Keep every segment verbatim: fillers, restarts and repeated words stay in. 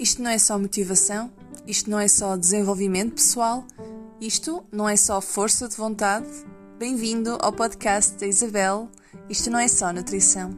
Isto não é só motivação, isto não é só desenvolvimento pessoal, isto não é só força de vontade. Bem-vindo ao podcast da Isabel. Isto não é só nutrição.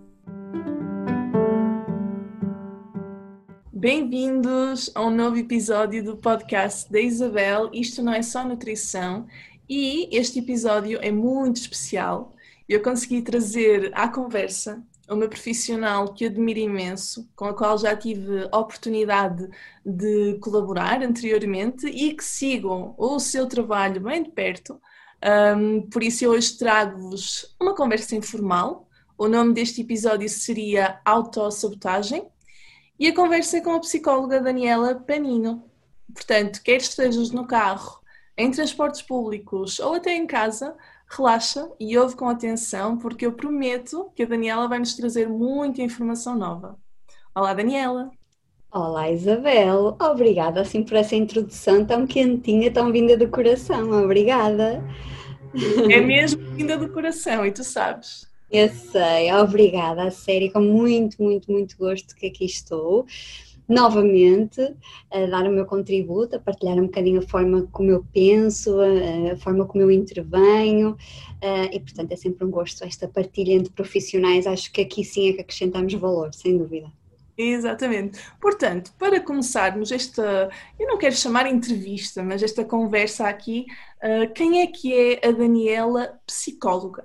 Bem-vindos a um novo episódio do podcast da Isabel. Isto não é só nutrição. E este episódio é muito especial. Eu consegui trazer à conversa uma profissional que admiro imenso, com a qual já tive a oportunidade de colaborar anteriormente e que sigam o seu trabalho bem de perto. Um, por isso eu hoje trago-vos uma conversa informal. O nome deste episódio seria Autossabotagem e a conversa é com a psicóloga Daniela Paninho. Portanto, quer estejas no carro, em transportes públicos ou até em casa, relaxa e ouve com atenção, porque eu prometo que a Daniela vai nos trazer muita informação nova. Olá, Daniela! Olá, Isabel! Obrigada assim por essa introdução tão quentinha, tão vinda do coração. Obrigada! É mesmo vinda do coração, e tu sabes. Eu sei, obrigada, a sério, com muito, muito, muito gosto que aqui estou. Novamente, a dar o meu contributo, a partilhar um bocadinho a forma como eu penso, a forma como eu intervenho, e portanto é sempre um gosto esta partilha entre profissionais. Acho que aqui sim é que acrescentamos valor, sem dúvida. Exatamente. Portanto, para começarmos esta, eu não quero chamar entrevista, mas esta conversa aqui, quem é que é a Daniela psicóloga?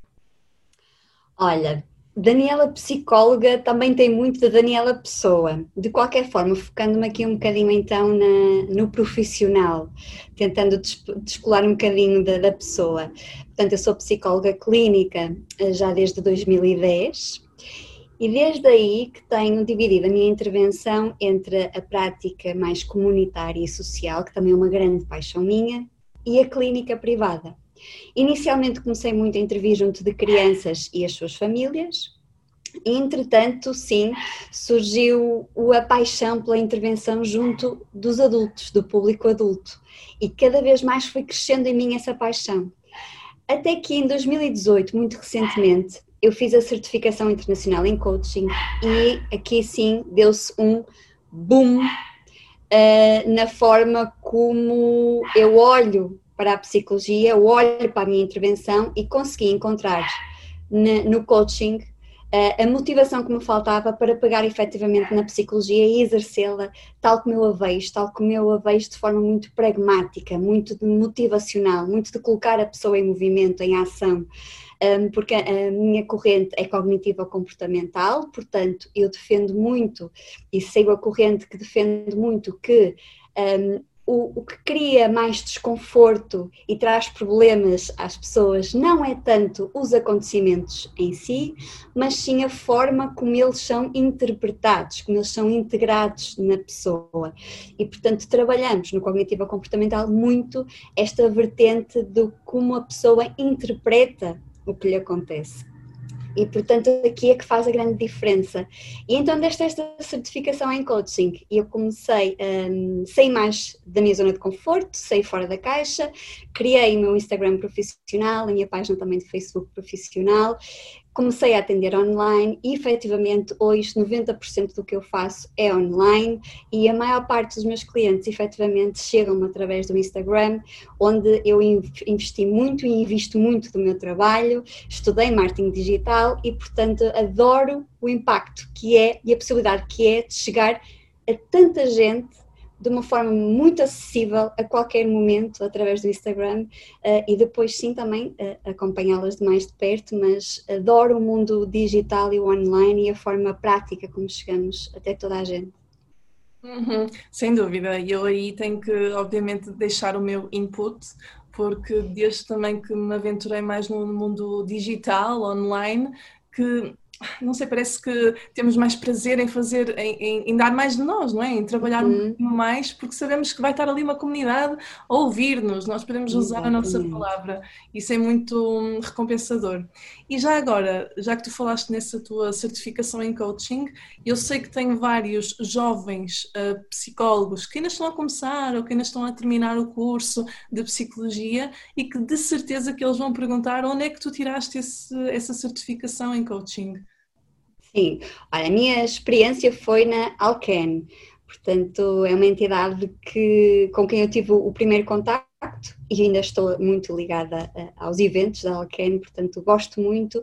Olha, Daniela psicóloga também tem muito da Daniela pessoa. De qualquer forma, focando-me aqui um bocadinho então na, no profissional, tentando descolar um bocadinho da, da pessoa. Portanto, eu sou psicóloga clínica já desde dois mil e dez e desde aí que tenho dividido a minha intervenção entre a prática mais comunitária e social, que também é uma grande paixão minha, e a clínica privada. Inicialmente comecei muito a intervir junto de crianças e as suas famílias, e entretanto, sim, surgiu a paixão pela intervenção junto dos adultos, do público adulto, e cada vez mais foi crescendo em mim essa paixão. Até que em dois mil e dezoito, muito recentemente, eu fiz a certificação internacional em coaching e aqui sim deu-se um boom uh, na forma como eu olho para a psicologia, eu olho para a minha intervenção e consegui encontrar no coaching a motivação que me faltava para pegar efetivamente na psicologia e exercê-la tal como eu a vejo, tal como eu a vejo de forma muito pragmática, muito motivacional, muito de colocar a pessoa em movimento, em ação, porque a minha corrente é cognitivo-comportamental, portanto eu defendo muito e sigo a corrente que defende muito que um, O, o que cria mais desconforto e traz problemas às pessoas não é tanto os acontecimentos em si, mas sim a forma como eles são interpretados, como eles são integrados na pessoa. E, portanto, trabalhamos no cognitivo-comportamental muito esta vertente de como a pessoa interpreta o que lhe acontece. E, portanto, aqui é que faz a grande diferença. E então, desta esta certificação em coaching, eu comecei, um, saí mais da minha zona de conforto, saí fora da caixa, criei o meu Instagram profissional, a minha página também de Facebook profissional, comecei a atender online e, efetivamente, hoje noventa por cento do que eu faço é online e a maior parte dos meus clientes, efetivamente, chegam-me através do Instagram, onde eu investi muito e invisto muito do meu trabalho, estudei marketing digital e, portanto, adoro o impacto que é e a possibilidade que é de chegar a tanta gente de uma forma muito acessível a qualquer momento através do Instagram uh, e depois sim também uh, acompanhá-las de mais de perto, mas adoro o mundo digital e o online e a forma prática como chegamos até toda a gente. Uhum, sem dúvida, e eu aí tenho que obviamente deixar o meu input, porque desde também que me aventurei mais no mundo digital, online, que não sei, parece que temos mais prazer em fazer, em, em, em dar mais de nós, não é? Em trabalhar um Uhum. bocadinho mais, porque sabemos que vai estar ali uma comunidade a ouvir-nos, nós podemos usar a nossa Exatamente. palavra, isso é muito hum, recompensador. E já agora, já que tu falaste nessa tua certificação em coaching, eu sei que tenho vários jovens uh, psicólogos que ainda estão a começar ou que ainda estão a terminar o curso de psicologia e que de certeza que eles vão perguntar onde é que tu tiraste esse, essa certificação em coaching. Sim, olha, a minha experiência foi na Alken, Portanto, é uma entidade que, com quem eu tive o primeiro contacto e ainda estou muito ligada aos eventos da Alkene, portanto gosto muito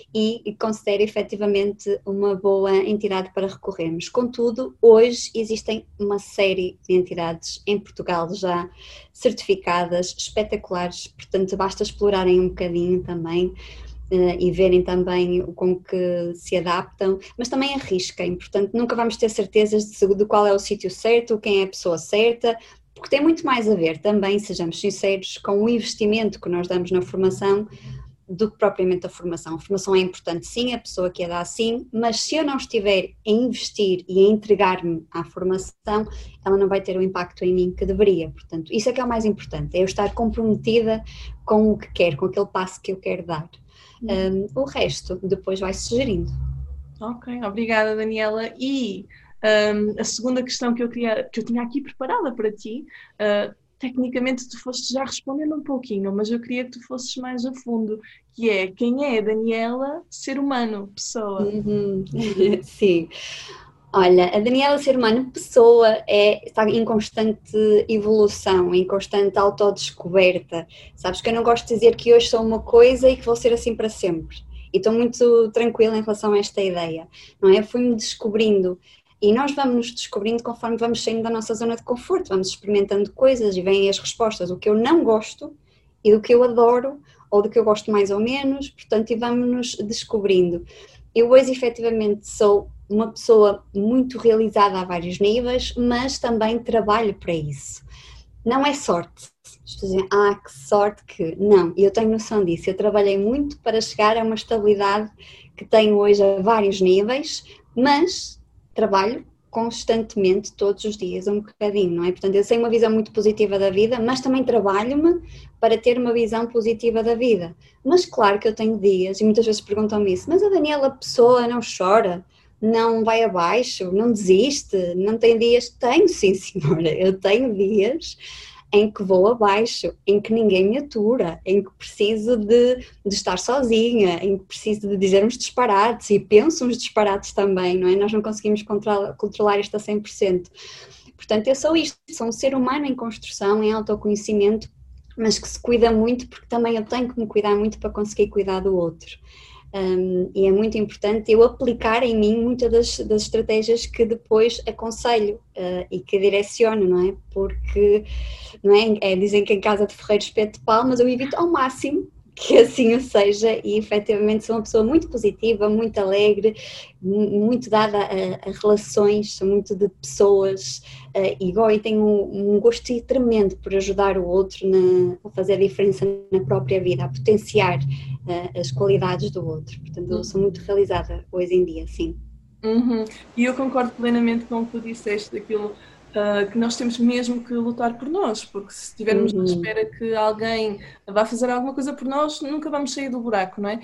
e considero efetivamente uma boa entidade para recorrermos. Contudo, hoje existem uma série de entidades em Portugal já certificadas, espetaculares, portanto basta explorarem um bocadinho também. Uh, e verem também com que se adaptam, mas também arrisquem, portanto nunca vamos ter certezas de, de qual é o sítio certo, quem é a pessoa certa, porque tem muito mais a ver também, sejamos sinceros, com o investimento que nós damos na formação do que propriamente a formação. A formação é importante sim, a pessoa que a dá sim, mas se eu não estiver a investir e a entregar-me à formação, ela não vai ter o impacto em mim que deveria, portanto isso é que é o mais importante, é eu estar comprometida com o que quero, com aquele passo que eu quero dar. Um, o resto depois vai-se gerindo. Ok, obrigada Daniela. E um, a segunda questão que eu, queria, que eu tinha aqui preparada para ti, uh, tecnicamente tu fostes já respondendo um pouquinho, mas eu queria que tu fosses mais a fundo, que é, quem é a Daniela, ser humano, pessoa? Uhum. Sim. Olha, a Daniela, ser humano, pessoa, é, está em constante evolução, em constante autodescoberta. Sabes que eu não gosto de dizer que hoje sou uma coisa e que vou ser assim para sempre. E estou muito tranquila em relação a esta ideia, não é? Eu fui-me descobrindo e nós vamos nos descobrindo conforme vamos saindo da nossa zona de conforto, vamos experimentando coisas e vêm as respostas do que eu não gosto e do que eu adoro ou do que eu gosto mais ou menos, portanto, e vamos nos descobrindo. Eu hoje, efetivamente, sou uma pessoa muito realizada a vários níveis, mas também trabalho para isso. Não é sorte. As pessoas dizem, ah, que sorte que... Não, eu tenho noção disso. Eu trabalhei muito para chegar a uma estabilidade que tenho hoje a vários níveis, mas trabalho constantemente, todos os dias, um bocadinho, não é? Portanto, eu tenho uma visão muito positiva da vida, mas também trabalho-me para ter uma visão positiva da vida. Mas claro que eu tenho dias, e muitas vezes perguntam-me isso, mas a Daniela pessoa não chora, não vai abaixo, não desiste, não tem dias? Tenho, sim senhora, eu tenho dias em que vou abaixo, em que ninguém me atura, em que preciso de, de estar sozinha, em que preciso de dizer uns disparates e penso uns disparates também, não é? Nós não conseguimos controlar, controlar isto a cem por cento. Portanto, eu sou isto, sou um ser humano em construção, em autoconhecimento, mas que se cuida muito porque também eu tenho que me cuidar muito para conseguir cuidar do outro. Um, e é muito importante eu aplicar em mim muitas das, das estratégias que depois aconselho uh, e que direciono, não é? Porque não é, é, dizem que em casa de ferreiro espeto de pau, mas eu evito ao máximo que assim o seja e efetivamente sou uma pessoa muito positiva, muito alegre, muito dada a, a relações, sou muito de pessoas uh, e, e tenho um, um gosto tremendo por ajudar o outro na, a fazer a diferença na própria vida, a potenciar uh, as qualidades do outro. Portanto, eu sou muito realizada hoje em dia, sim. Uhum. E eu concordo plenamente com o que tu disseste, daquilo uh, que nós temos mesmo que lutar por nós, porque se estivermos Uhum. à espera que alguém vá fazer alguma coisa por nós, nunca vamos sair do buraco, não é?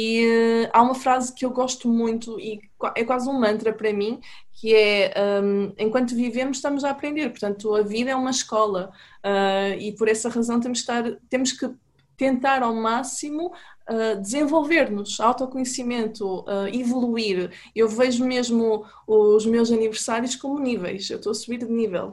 E uh, há uma frase que eu gosto muito e é quase um mantra para mim, que é, um, enquanto vivemos estamos a aprender, portanto a vida é uma escola uh, e por essa razão temos, estar, temos que tentar ao máximo uh, desenvolver-nos, autoconhecimento, uh, evoluir. Eu vejo mesmo os meus aniversários como níveis, eu estou a subir de nível.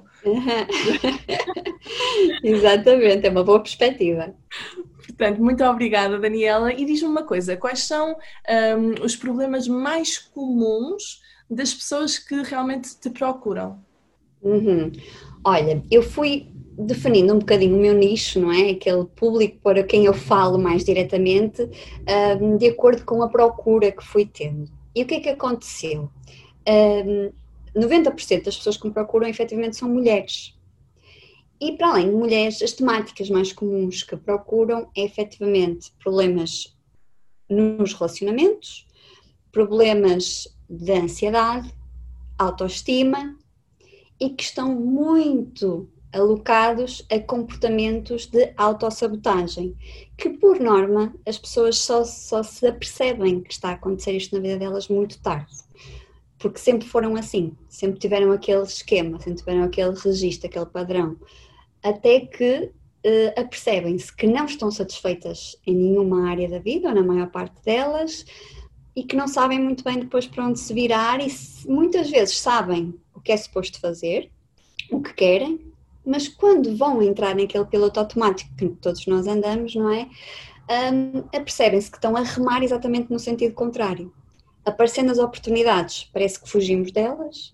Exatamente, é uma boa perspectiva. Portanto, muito obrigada, Daniela. E diz-me uma coisa, quais são um, os problemas mais comuns das pessoas que realmente te procuram? Uhum. Olha, eu fui definindo um bocadinho o meu nicho, não é? Aquele público para quem eu falo mais diretamente, um, de acordo com a procura que fui tendo. E o que é que aconteceu? Um, noventa por cento das pessoas que me procuram efetivamente são mulheres. E para além de mulheres, as temáticas mais comuns que procuram é efetivamente problemas nos relacionamentos, problemas de ansiedade, autoestima e que estão muito alocados a comportamentos de autossabotagem, que por norma as pessoas só, só se apercebem que está a acontecer isto na vida delas muito tarde, porque sempre foram assim, sempre tiveram aquele esquema, sempre tiveram aquele registro, aquele padrão, até que uh, apercebem-se que não estão satisfeitas em nenhuma área da vida, ou na maior parte delas, e que não sabem muito bem depois para onde se virar e muitas vezes sabem o que é suposto fazer, o que querem, mas quando vão entrar naquele piloto automático que todos nós andamos, não é? Um, apercebem-se que estão a remar exatamente no sentido contrário. Aparecendo as oportunidades, parece que fugimos delas.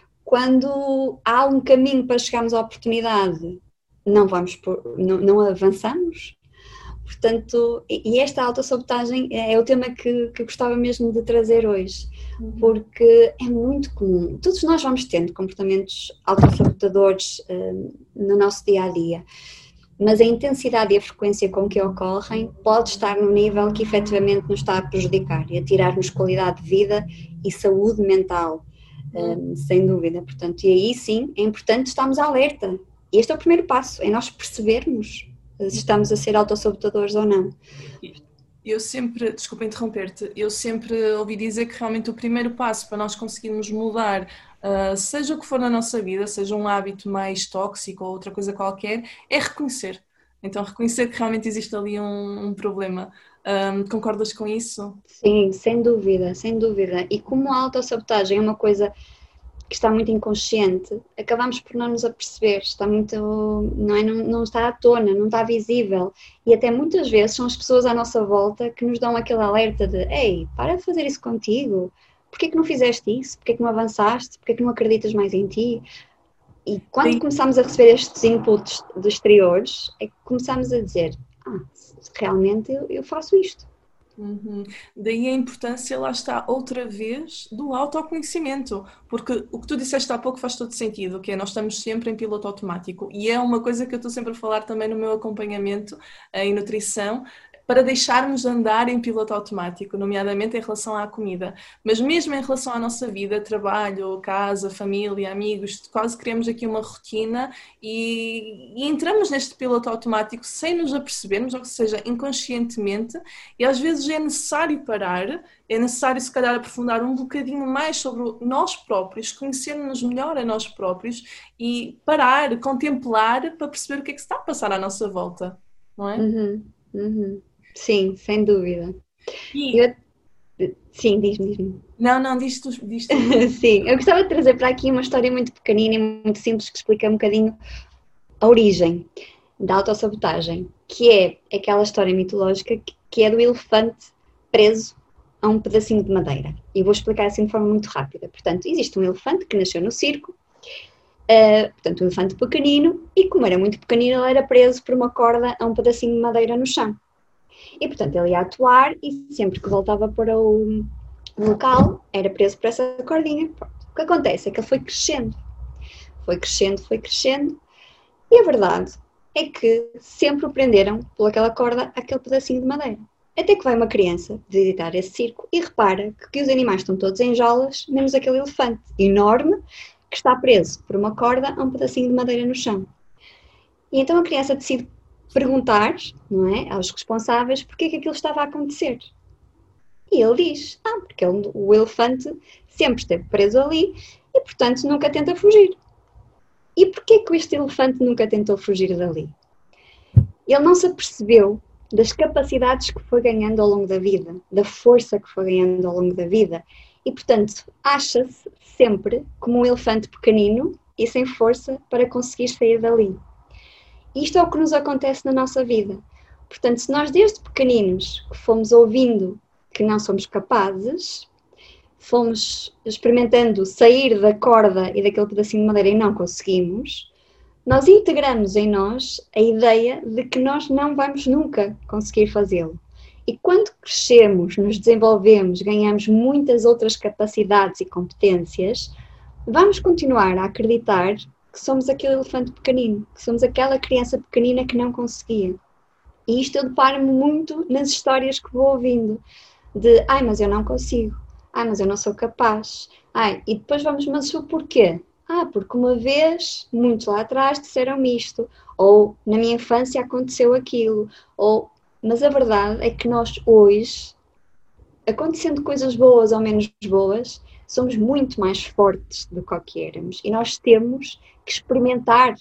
Quando há um caminho para chegarmos à oportunidade, não, vamos por, não, não avançamos. Portanto, e esta autossabotagem é o tema que, que eu gostava mesmo de trazer hoje, porque é muito comum. Todos nós vamos tendo comportamentos autossabotadores um, no nosso dia-a-dia, mas a intensidade e a frequência com que ocorrem pode estar no nível que efetivamente nos está a prejudicar e a tirar-nos qualidade de vida e saúde mental, um, sem dúvida. Portanto, e aí sim é importante estarmos alerta. E este é o primeiro passo, é nós percebermos se estamos a ser autossabotadores ou não. Eu sempre, desculpa interromper-te, eu sempre ouvi dizer que realmente o primeiro passo para nós conseguirmos mudar, uh, seja o que for na nossa vida, seja um hábito mais tóxico ou outra coisa qualquer, é reconhecer. Então reconhecer que realmente existe ali um, um problema. Um, concordas com isso? Sim, sem dúvida, sem dúvida. E como a autossabotagem é uma coisa que está muito inconsciente, acabamos por não nos aperceber, está muito, não, é, não, não está à tona, não está visível, e até muitas vezes são as pessoas à nossa volta que nos dão aquele alerta de ei, para de fazer isso contigo, porquê que não fizeste isso, porquê que não avançaste, porquê que não acreditas mais em ti? E quando Sim. começamos a receber estes inputs de exteriores, é que começamos a dizer, ah, realmente eu, eu faço isto. Uhum. Daí a importância, lá está, outra vez, do autoconhecimento, porque o que tu disseste há pouco faz todo sentido, que é nós estamos sempre em piloto automático, e é uma coisa que eu estou sempre a falar também no meu acompanhamento em nutrição, para deixarmos de andar em piloto automático, nomeadamente em relação à comida. Mas mesmo em relação à nossa vida, trabalho, casa, família, amigos, quase criamos aqui uma rotina e, e entramos neste piloto automático sem nos apercebermos, ou seja, inconscientemente, e às vezes é necessário parar, é necessário se calhar aprofundar um bocadinho mais sobre nós próprios, conhecermos melhor a nós próprios e parar, contemplar para perceber o que é que se está a passar à nossa volta, não é? Uhum, uhum. Sim, sem dúvida. E... Eu... Sim, diz-me, diz-me. Não, não, diz tu. Diz tu. Sim, eu gostava de trazer para aqui uma história muito pequenina e muito simples que explica um bocadinho a origem da autossabotagem, que é aquela história mitológica que é do elefante preso a um pedacinho de madeira. E vou explicar assim de forma muito rápida. Portanto, existe um elefante que nasceu no circo, uh, portanto um elefante pequenino, e como era muito pequenino ele era preso por uma corda a um pedacinho de madeira no chão. E, portanto, ele ia atuar e sempre que voltava para o local era preso por essa cordinha. O que acontece é que ele foi crescendo, foi crescendo, foi crescendo e a verdade é que sempre o prenderam por aquela corda aquele pedacinho de madeira. Até que vai uma criança visitar esse circo e repara que, que os animais estão todos em jaulas, menos aquele elefante enorme que está preso por uma corda a um pedacinho de madeira no chão. E então a criança decide perguntar, não é, aos responsáveis porque é que aquilo estava a acontecer. E ele diz, ah, porque ele, o elefante sempre esteve preso ali e, portanto, nunca tenta fugir. E porquê que este elefante nunca tentou fugir dali? Ele não se apercebeu das capacidades que foi ganhando ao longo da vida, da força que foi ganhando ao longo da vida. E, portanto, acha-se sempre como um elefante pequenino e sem força para conseguir sair dali. Isto é o que nos acontece na nossa vida. Portanto, se nós desde pequeninos fomos ouvindo que não somos capazes, fomos experimentando sair da corda e daquele pedacinho de madeira e não conseguimos, nós integramos em nós a ideia de que nós não vamos nunca conseguir fazê-lo. E quando crescemos, nos desenvolvemos, ganhamos muitas outras capacidades e competências, vamos continuar a acreditar que somos aquele elefante pequenino, que somos aquela criança pequenina que não conseguia. E isto eu deparo-me muito nas histórias que vou ouvindo, de, ai, mas eu não consigo, ai, mas eu não sou capaz, ai, e depois vamos, mas o porquê? Ah, porque uma vez, muito lá atrás, disseram-me isto, ou na minha infância aconteceu aquilo, ou, mas a verdade é que nós hoje, acontecendo coisas boas ou menos boas, somos muito mais fortes do que o que éramos, e nós temos que experimentar,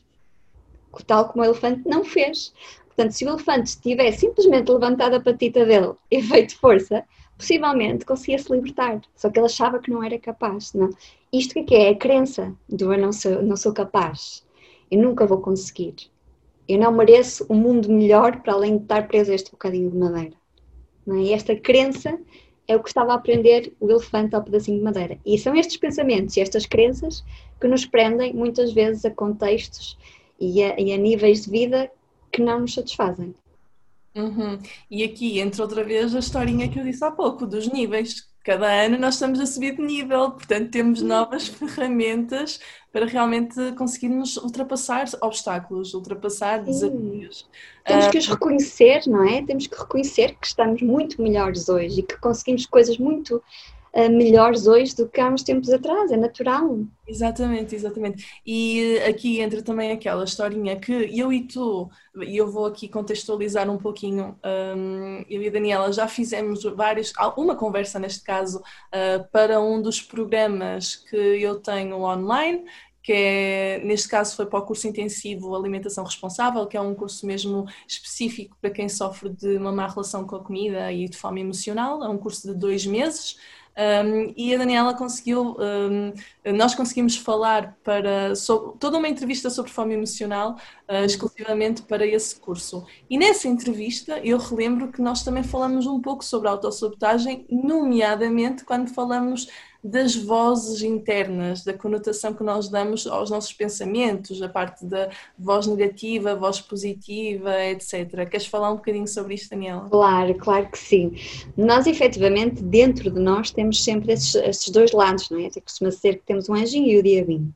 tal como o elefante não fez. Portanto, se o elefante tivesse simplesmente levantado a patita dele e feito força, possivelmente conseguia se libertar, só que ele achava que não era capaz. Não. Isto que é, que é? É a crença do eu não sou, não sou capaz, eu nunca vou conseguir, eu não mereço um mundo melhor para além de estar preso a este bocadinho de madeira. Não é? E esta crença é o que estava a prender o elefante ao pedacinho de madeira. E são estes pensamentos e estas crenças que nos prendem muitas vezes a contextos e a, e a níveis de vida que não nos satisfazem. Uhum. E aqui entra outra vez a historinha que eu disse há pouco, dos níveis. Cada ano nós estamos a subir de nível, portanto temos novas ferramentas para realmente conseguirmos ultrapassar obstáculos, ultrapassar Sim. desafios. Temos que os reconhecer, não é? Temos que reconhecer que estamos muito melhores hoje e que conseguimos coisas muito uh, melhores hoje do que há uns tempos atrás, é natural. Exatamente, exatamente. E aqui entra também aquela historinha que eu e tu, e eu vou aqui contextualizar um pouquinho, um, eu e a Daniela já fizemos várias, uma conversa neste caso, uh, para um dos programas que eu tenho online, que é, neste caso foi para o curso intensivo Alimentação Responsável, que é um curso mesmo específico para quem sofre de uma má relação com a comida e de fome emocional, é um curso de dois meses. Um, e a Daniela conseguiu, um, nós conseguimos falar para sobre, toda uma entrevista sobre fome emocional uh, exclusivamente para esse curso. E nessa entrevista eu relembro que nós também falamos um pouco sobre a autossabotagem, nomeadamente quando falamos das vozes internas, da conotação que nós damos aos nossos pensamentos, a parte da voz negativa, voz positiva, etcétera. Queres falar um bocadinho sobre isto, Daniela? Claro, claro que sim. Nós, efetivamente, dentro de nós temos sempre esses, esses dois lados, não é? Até costuma ser que temos um anjinho e o diabinho.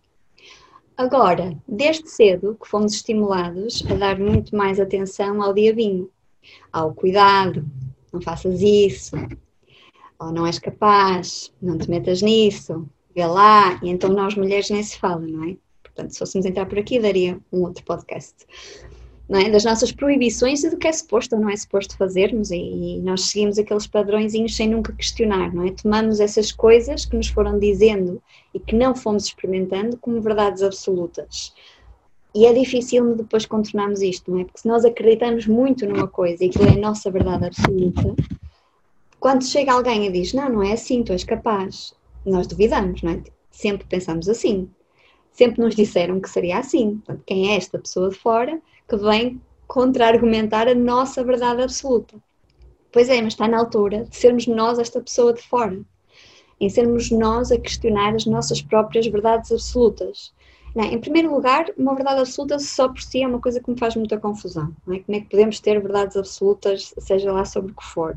Agora, desde cedo que fomos estimulados a dar muito mais atenção ao diabinho, ao cuidado, não faças isso, ou não és capaz, não te metas nisso, vê lá, e então nós mulheres nem se fala, não é? Portanto, se fôssemos entrar por aqui, daria um outro podcast. Não é? Das nossas proibições e do que é suposto ou não é suposto fazermos, e, e nós seguimos aqueles padrõezinhos sem nunca questionar, não é? Tomamos essas coisas que nos foram dizendo e que não fomos experimentando como verdades absolutas. E é difícil depois contornarmos isto, não é? Porque se nós acreditamos muito numa coisa e aquilo é a nossa verdade absoluta, quando chega alguém e diz, não, não é assim, tu és capaz, nós duvidamos, não é? Sempre pensamos assim. Sempre nos disseram que seria assim. Portanto, quem é esta pessoa de fora que vem contra-argumentar a nossa verdade absoluta? Pois é, mas está na altura de sermos nós esta pessoa de fora. Em sermos nós a questionar as nossas próprias verdades absolutas. Não, em primeiro lugar, uma verdade absoluta só por si é uma coisa que me faz muita confusão. Não é? Como é que podemos ter verdades absolutas, seja lá sobre o que for?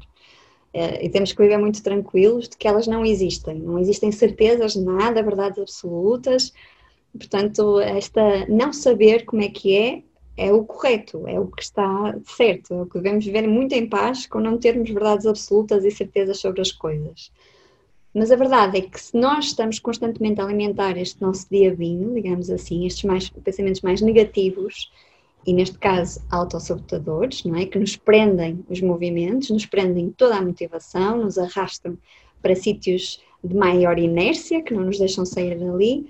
E temos que viver muito tranquilos de que elas não existem. Não existem certezas de nada, verdades absolutas. Portanto, esta não saber como é que é, é o correto, é o que está certo, é o que devemos viver muito em paz com não termos verdades absolutas e certezas sobre as coisas. Mas a verdade é que se nós estamos constantemente a alimentar este nosso diabinho, digamos assim, estes mais, pensamentos mais negativos, e neste caso autossabotadores, não é? Que nos prendem os movimentos, nos prendem toda a motivação, nos arrastam para sítios de maior inércia, que não nos deixam sair dali.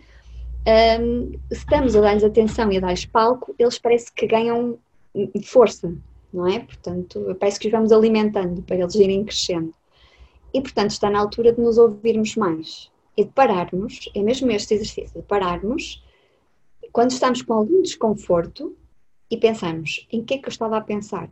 Um, se estamos a dar-lhes atenção e a dar-lhes palco, eles parece que ganham força, não é? Portanto, parece que os vamos alimentando para eles irem crescendo. E, portanto, está na altura de nos ouvirmos mais e de pararmos, é mesmo este exercício, de pararmos, quando estamos com algum desconforto, e pensarmos, em que é que eu estava a pensar?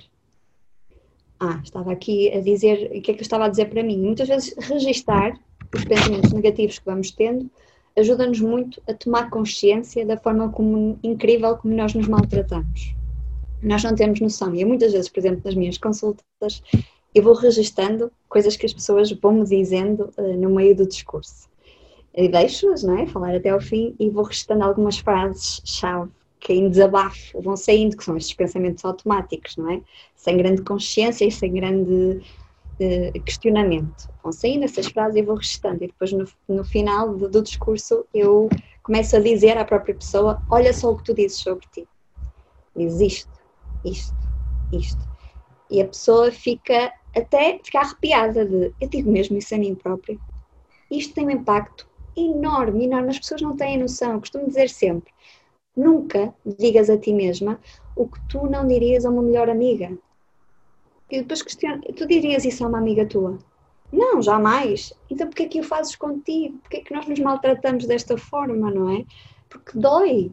Ah, estava aqui a dizer, o que é que eu estava a dizer para mim? Muitas vezes registar os pensamentos negativos que vamos tendo ajuda-nos muito a tomar consciência da forma como, incrível como nós nos maltratamos. Nós não temos noção, e muitas vezes, por exemplo, nas minhas consultas, eu vou registando coisas que as pessoas vão-me dizendo uh, no meio do discurso. E deixo-as, não é? Falar até ao fim e vou registando algumas frases-chave que em desabafo vão saindo, que são estes pensamentos automáticos, não é? Sem grande consciência e sem grande uh, questionamento. Vão saindo essas frases e eu vou registando. E depois no, no final do, do discurso eu começo a dizer à própria pessoa, olha só o que tu dizes sobre ti. Dizes isto, isto, isto. E a pessoa fica até fica arrepiada de, eu digo mesmo isso a mim própria. Isto tem um impacto enorme, enorme. As pessoas não têm noção. Eu costumo dizer sempre, nunca digas a ti mesma o que tu não dirias a uma melhor amiga. E depois questiona, tu dirias isso a uma amiga tua? Não, jamais. Então porquê é que o fazes contigo? Porquê é que nós nos maltratamos desta forma, não é? Porque dói.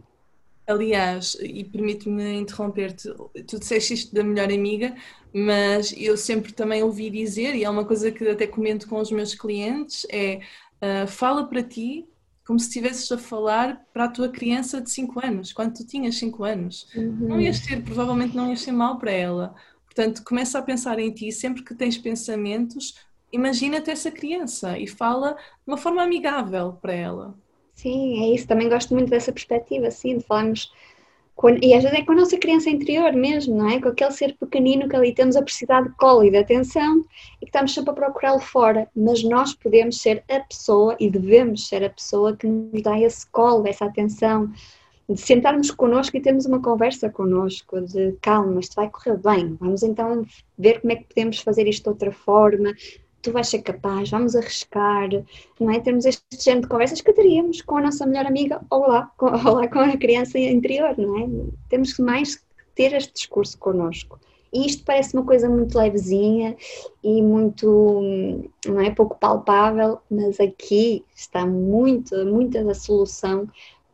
Aliás, e permite-me interromper-te, tu disseste isto da melhor amiga, mas eu sempre também ouvi dizer, e é uma coisa que até comento com os meus clientes, é uh, fala para ti como se estivesses a falar para a tua criança de cinco anos, quando tu tinhas cinco anos. Não Uhum. ias ter, provavelmente não ias ser mal para ela. Portanto, começa a pensar em ti, sempre que tens pensamentos, imagina-te essa criança e fala de uma forma amigável para ela. Sim, é isso. Também gosto muito dessa perspectiva, assim, de falarmos com, e às vezes é com a nossa criança interior mesmo, não é? Com aquele ser pequenino que ali temos a precisar de colo e de atenção e que estamos sempre a procurá-lo fora. Mas nós podemos ser a pessoa e devemos ser a pessoa que nos dá esse colo, essa atenção, de sentarmos connosco e termos uma conversa connosco, de calma, isto vai correr bem, vamos então ver como é que podemos fazer isto de outra forma, tu vais ser capaz, vamos arriscar, não é? Termos este género de conversas que teríamos com a nossa melhor amiga ou lá, com, ou lá com a criança interior, não é? Temos mais que ter este discurso connosco. E isto parece uma coisa muito levezinha e muito, não é, pouco palpável, mas aqui está muito, muita da solução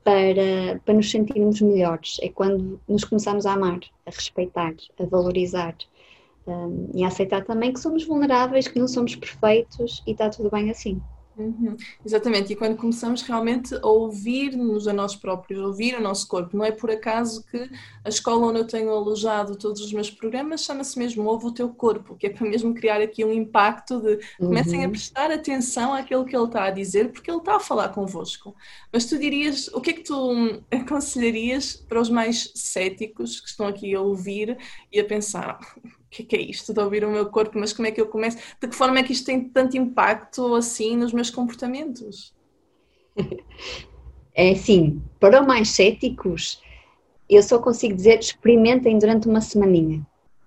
para, para nos sentirmos melhores. É quando nos começamos a amar, a respeitar, a valorizar. Um, e a aceitar também que somos vulneráveis, que não somos perfeitos e está tudo bem assim. Uhum, exatamente, e quando começamos realmente a ouvir-nos a nós próprios, ouvir o nosso corpo, não é por acaso que a escola onde eu tenho alojado todos os meus programas chama-se mesmo Ouve o Teu Corpo, que é para mesmo criar aqui um impacto de comecem a Uhum. prestar atenção àquilo que ele está a dizer, porque ele está a falar convosco. Mas tu dirias, o que é que tu aconselharias para os mais céticos que estão aqui a ouvir e a pensar... O que é que é isto de ouvir o meu corpo? Mas como é que eu começo? De que forma é que isto tem tanto impacto assim nos meus comportamentos? É assim, para os mais céticos, eu só consigo dizer experimentem durante uma semaninha.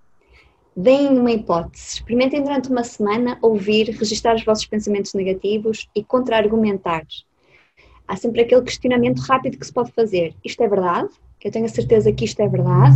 Deem uma hipótese, experimentem durante uma semana ouvir, registrar os vossos pensamentos negativos e contra-argumentar. Há sempre aquele questionamento rápido que se pode fazer. Isto é verdade? Eu tenho a certeza que isto é verdade?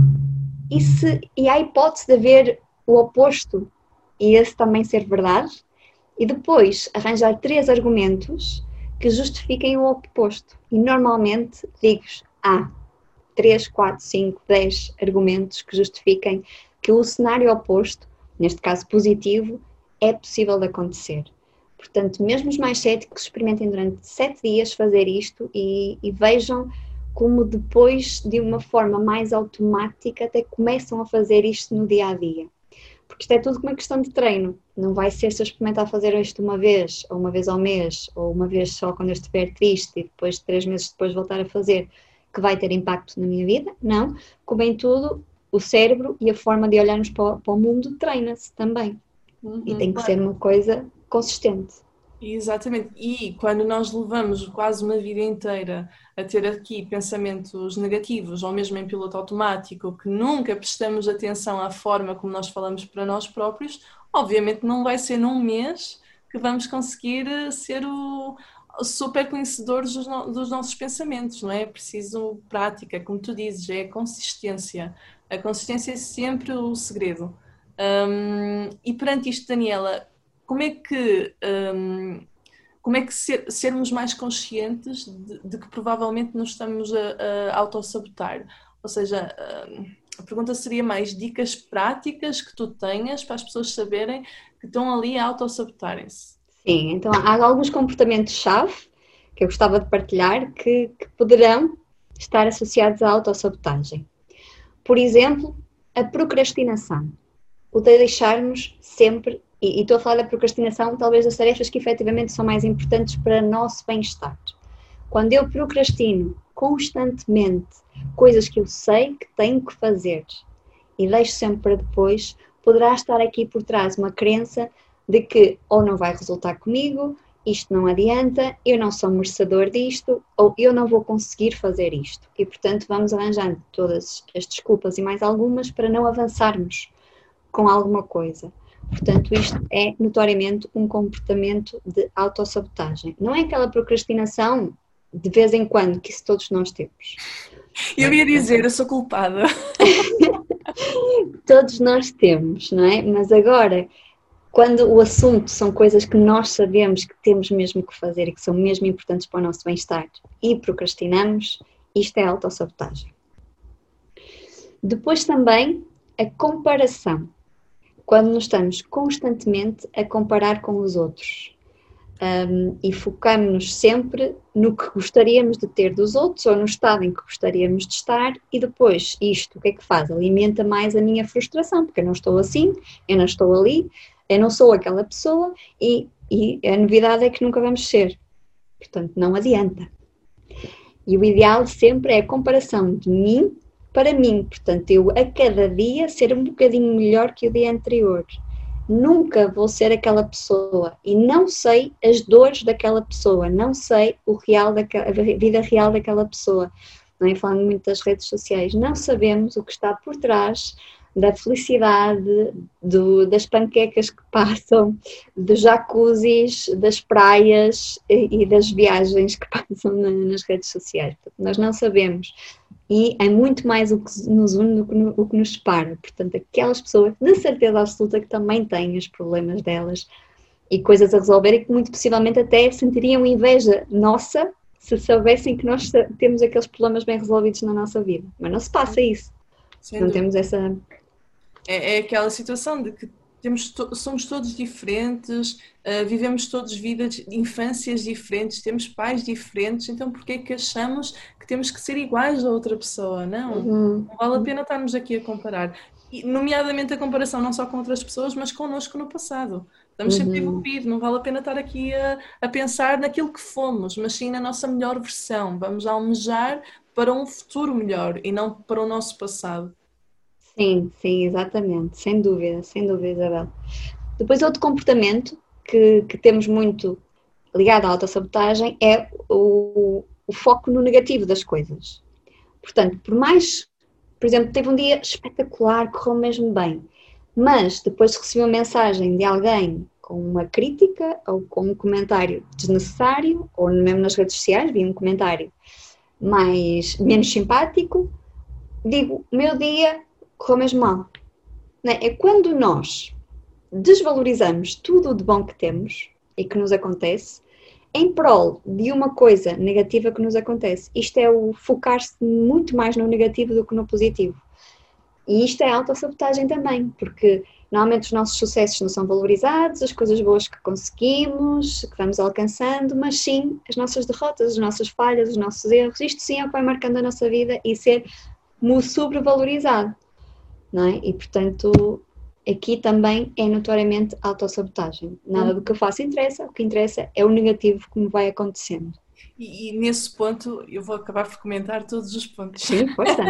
E, se, e há a hipótese de haver o oposto e esse também ser verdade? E depois arranjar três argumentos que justifiquem o oposto. E normalmente digo-vos, há três, quatro, cinco, dez argumentos que justifiquem que o cenário oposto, neste caso positivo, é possível de acontecer. Portanto, mesmo os mais céticos experimentem durante sete dias fazer isto e, e vejam como depois, de uma forma mais automática, até começam a fazer isto no dia a dia. Porque isto é tudo uma questão de treino. Não vai ser se eu experimentar fazer isto uma vez, ou uma vez ao mês, ou uma vez só quando eu estiver triste e depois, três meses depois, voltar a fazer, que vai ter impacto na minha vida. Não. Como em tudo, o cérebro e a forma de olharmos para o, para o mundo treina-se também. Uhum, E tem que claro. ser uma coisa consistente. Exatamente. E quando nós levamos quase uma vida inteira a ter aqui pensamentos negativos, ou mesmo em piloto automático, que nunca prestamos atenção à forma como nós falamos para nós próprios, obviamente não vai ser num mês que vamos conseguir ser o super conhecedores dos, no, dos nossos pensamentos, não é? É preciso prática, como tu dizes, é a consistência. A consistência é sempre o segredo. Um, e perante isto, Daniela, como é que, um, como é que ser, sermos mais conscientes de, de que provavelmente nos estamos a, a autossabotar? Ou seja, um, a pergunta seria mais dicas práticas que tu tenhas para as pessoas saberem que estão ali a autossabotarem-se. Sim, então há alguns comportamentos-chave que eu gostava de partilhar que, que poderão estar associados à autossabotagem. Por exemplo, a procrastinação. O de deixarmos sempre, e, e estou a falar da procrastinação, talvez das tarefas que efetivamente são mais importantes para o nosso bem-estar. Quando eu procrastino constantemente coisas que eu sei que tenho que fazer e deixo sempre para depois, poderá estar aqui por trás uma crença de que ou não vai resultar comigo, isto não adianta, eu não sou merecedor disto, ou eu não vou conseguir fazer isto. E, portanto, vamos arranjando todas as desculpas e mais algumas para não avançarmos com alguma coisa. Portanto, isto é notoriamente um comportamento de autossabotagem. Não é aquela procrastinação de vez em quando, que isso todos nós temos. Eu ia dizer, eu sou culpada. Todos nós temos, não é? Mas agora, quando o assunto são coisas que nós sabemos que temos mesmo que fazer e que são mesmo importantes para o nosso bem-estar e procrastinamos, isto é autossabotagem. Depois também a comparação. Quando nos estamos constantemente a comparar com os outros um, e focamos-nos sempre no que gostaríamos de ter dos outros ou no estado em que gostaríamos de estar, e depois isto, o que é que faz? Alimenta mais a minha frustração, porque eu não estou assim, eu não estou ali, eu não sou aquela pessoa e, e a novidade é que nunca vamos ser. Portanto, não adianta. E o ideal sempre é a comparação de mim para mim. Portanto, eu a cada dia ser um bocadinho melhor que o dia anterior. Nunca vou ser aquela pessoa e não sei as dores daquela pessoa, não sei o real daquela, a vida real daquela pessoa. Não é? Falando muito das redes sociais, não sabemos o que está por trás da felicidade, do, das panquecas que passam, dos jacuzzis, das praias e, e das viagens que passam na, nas redes sociais. Portanto, nós não sabemos. E é muito mais o que nos une do que no, o que nos separa. Portanto, aquelas pessoas, de certeza absoluta, que também têm os problemas delas e coisas a resolver e que muito possivelmente até sentiriam inveja nossa se soubessem que nós temos aqueles problemas bem resolvidos na nossa vida. Mas não se passa isso. Sem não dúvida. Temos essa... É, é aquela situação de que temos to- somos todos diferentes, uh, vivemos todos vidas, infâncias diferentes, temos pais diferentes, então porquê é que achamos que temos que ser iguais a outra pessoa? Não, Uhum. não vale a pena estarmos aqui a comparar. E, nomeadamente a comparação não só com outras pessoas, mas connosco no passado. Estamos Uhum. sempre a evoluir, não vale a pena estar aqui a, a pensar naquilo que fomos, mas sim na nossa melhor versão. Vamos almejar para um futuro melhor e não para o nosso passado. Sim, sim, exatamente, sem dúvida, sem dúvida, Isabel. Depois outro comportamento que, que temos muito ligado à autossabotagem é o, o foco no negativo das coisas. Portanto, por mais, por exemplo, teve um dia espetacular, correu mesmo bem, mas depois recebeu uma mensagem de alguém com uma crítica ou com um comentário desnecessário, ou mesmo nas redes sociais, vi um comentário mais, menos simpático, digo, meu dia correu mesmo mal. Não é? É quando nós desvalorizamos tudo de bom que temos e que nos acontece em prol de uma coisa negativa que nos acontece. Isto é o focar-se muito mais no negativo do que no positivo. E isto é autossabotagem também, porque normalmente os nossos sucessos não são valorizados, as coisas boas que conseguimos, que vamos alcançando, mas sim as nossas derrotas, as nossas falhas, os nossos erros. Isto sim é o que vai marcando a nossa vida e ser sobrevalorizado. Não é? E portanto aqui também é notoriamente autossabotagem. Nada do que eu faço interessa, o que interessa é o negativo que me vai acontecendo. E, e nesse ponto eu vou acabar por comentar todos os pontos. Sim, força.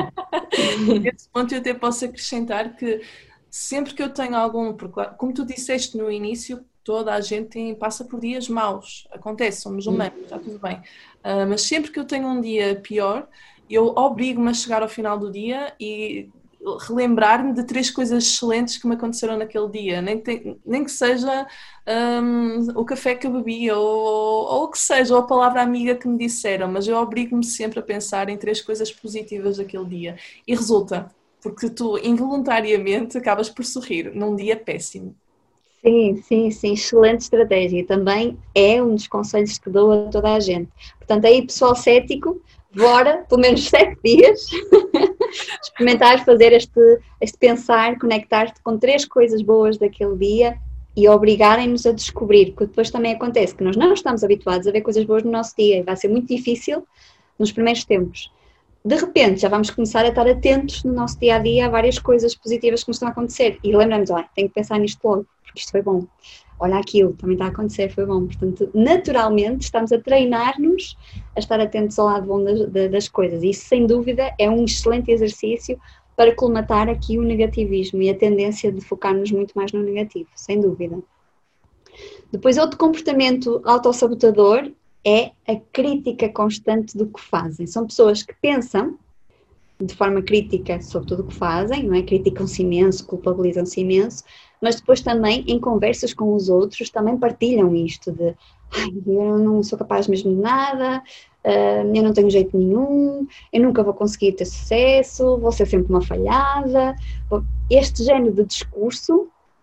Nesse ponto eu até posso acrescentar que sempre que eu tenho algum, porque como tu disseste no início, toda a gente tem, passa por dias maus, acontece, somos humanos, está tudo bem, uh, mas sempre que eu tenho um dia pior, eu obrigo-me a chegar ao final do dia e relembrar-me de três coisas excelentes que me aconteceram naquele dia, nem, tem, nem que seja um, o café que eu bebi ou, ou o que seja, ou a palavra amiga que me disseram, mas eu obrigo-me sempre a pensar em três coisas positivas daquele dia e resulta, porque tu involuntariamente acabas por sorrir num dia péssimo. Sim, sim, sim, excelente estratégia, também é um dos conselhos que dou a toda a gente. Portanto, aí pessoal cético, bora, pelo menos sete dias, experimentar fazer este, este pensar, conectar-te com três coisas boas daquele dia e obrigarem-nos a descobrir, porque depois também acontece que nós não estamos habituados a ver coisas boas no nosso dia e vai ser muito difícil nos primeiros tempos. De repente já vamos começar a estar atentos no nosso dia-a-dia a várias coisas positivas que nos estão a acontecer e lembramos, olha, tenho que pensar nisto logo, porque isto foi bom. Olha aquilo, também está a acontecer, foi bom. Portanto, naturalmente estamos a treinar-nos a estar atentos ao lado bom das, das coisas. E isso, sem dúvida, é um excelente exercício para colmatar aqui o negativismo e a tendência de focar-nos muito mais no negativo, sem dúvida. Depois, outro comportamento autossabotador é a crítica constante do que fazem. São pessoas que pensam de forma crítica sobre tudo o que fazem, não é? Criticam-se imenso, culpabilizam-se imenso, mas depois também em conversas com os outros também partilham isto de ai, eu não sou capaz mesmo de nada, uh, eu não tenho jeito nenhum, eu nunca vou conseguir ter sucesso, vou ser sempre uma falhada. Este género de discurso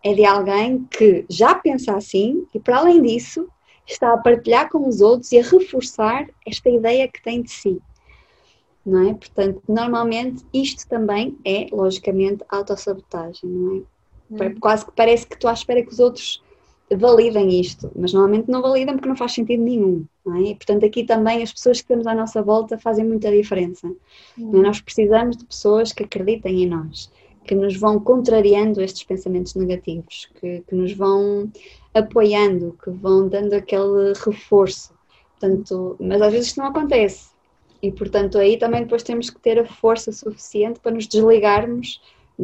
é de alguém que já pensa assim e, para além disso, está a partilhar com os outros e a reforçar esta ideia que tem de si. Não é? Portanto, normalmente isto também é, logicamente, autossabotagem, não é? Hum. Quase que parece que estou à espera que os outros validem isto, mas normalmente não validam porque não faz sentido nenhum, não é? E, portanto, aqui também as pessoas que temos à nossa volta fazem muita diferença. Hum. Não é? Nós precisamos de pessoas que acreditem em nós, que nos vão contrariando estes pensamentos negativos, que, que nos vão apoiando, que vão dando aquele reforço. Portanto, mas às vezes isto não acontece. E, portanto, aí também depois temos que ter a força suficiente para nos desligarmos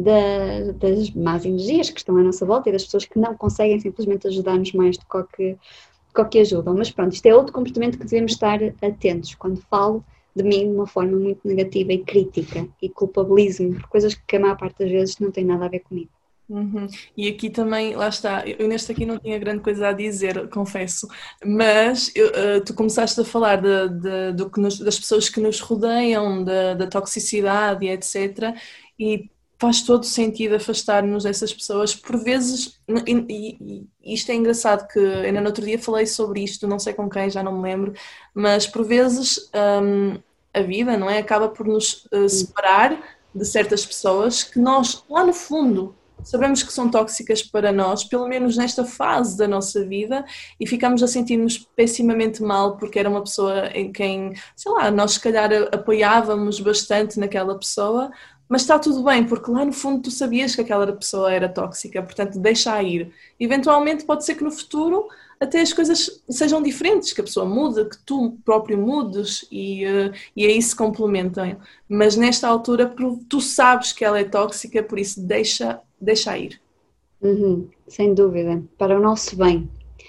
da, das más energias que estão à nossa volta e das pessoas que não conseguem simplesmente ajudar-nos mais do que, do que ajudam. Mas pronto, isto é outro comportamento que devemos estar atentos. Quando falo de mim de uma forma muito negativa e crítica e culpabilizo-me por coisas que a maior parte das vezes não têm nada a ver comigo. Uhum. E aqui também, lá está, eu neste aqui não tinha grande coisa a dizer, confesso, mas eu, uh, tu começaste a falar de, de, do que nos, das pessoas que nos rodeiam, da, da toxicidade e etcétera. E faz todo sentido afastar-nos dessas pessoas, por vezes, e, e isto é engraçado que ainda no outro dia falei sobre isto, não sei com quem, já não me lembro, mas por vezes um, a vida, não é, acaba por nos uh, separar de certas pessoas que nós, lá no fundo, sabemos que são tóxicas para nós, pelo menos nesta fase da nossa vida, e ficamos a sentir-nos pessimamente mal porque era uma pessoa em quem, sei lá, nós se calhar apoiávamos bastante naquela pessoa, mas está tudo bem, porque lá no fundo tu sabias que aquela pessoa era tóxica, portanto deixa-a ir. Eventualmente pode ser que no futuro até as coisas sejam diferentes, que a pessoa muda, que tu próprio mudes e, uh, e aí se complementam. Mas nesta altura tu sabes que ela é tóxica, por isso deixa, deixa ir. Uhum, sem dúvida, para o nosso bem.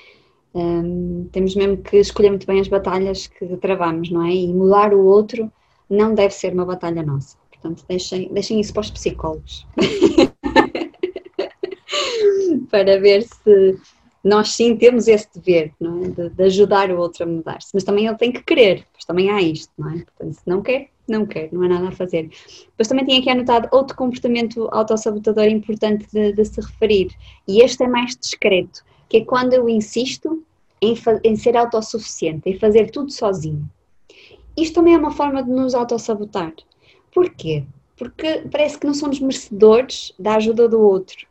Um, temos mesmo que escolher muito bem as batalhas que travamos, não é? E mudar o outro não deve ser uma batalha nossa. Portanto, deixem, deixem isso para os psicólogos. Para ver se nós sim temos esse dever, não é? de, de ajudar o outro a mudar-se. Mas também ele tem que querer, pois também há isto, não é? Portanto, se não quer, não quer, não há nada a fazer. Depois também tinha aqui anotado outro comportamento autossabotador importante de, de se referir. E este é mais discreto, que é quando eu insisto em, em ser autossuficiente, em fazer tudo sozinho. Isto também é uma forma de nos autossabotar. Porquê? Porque parece que não somos merecedores da ajuda do outro.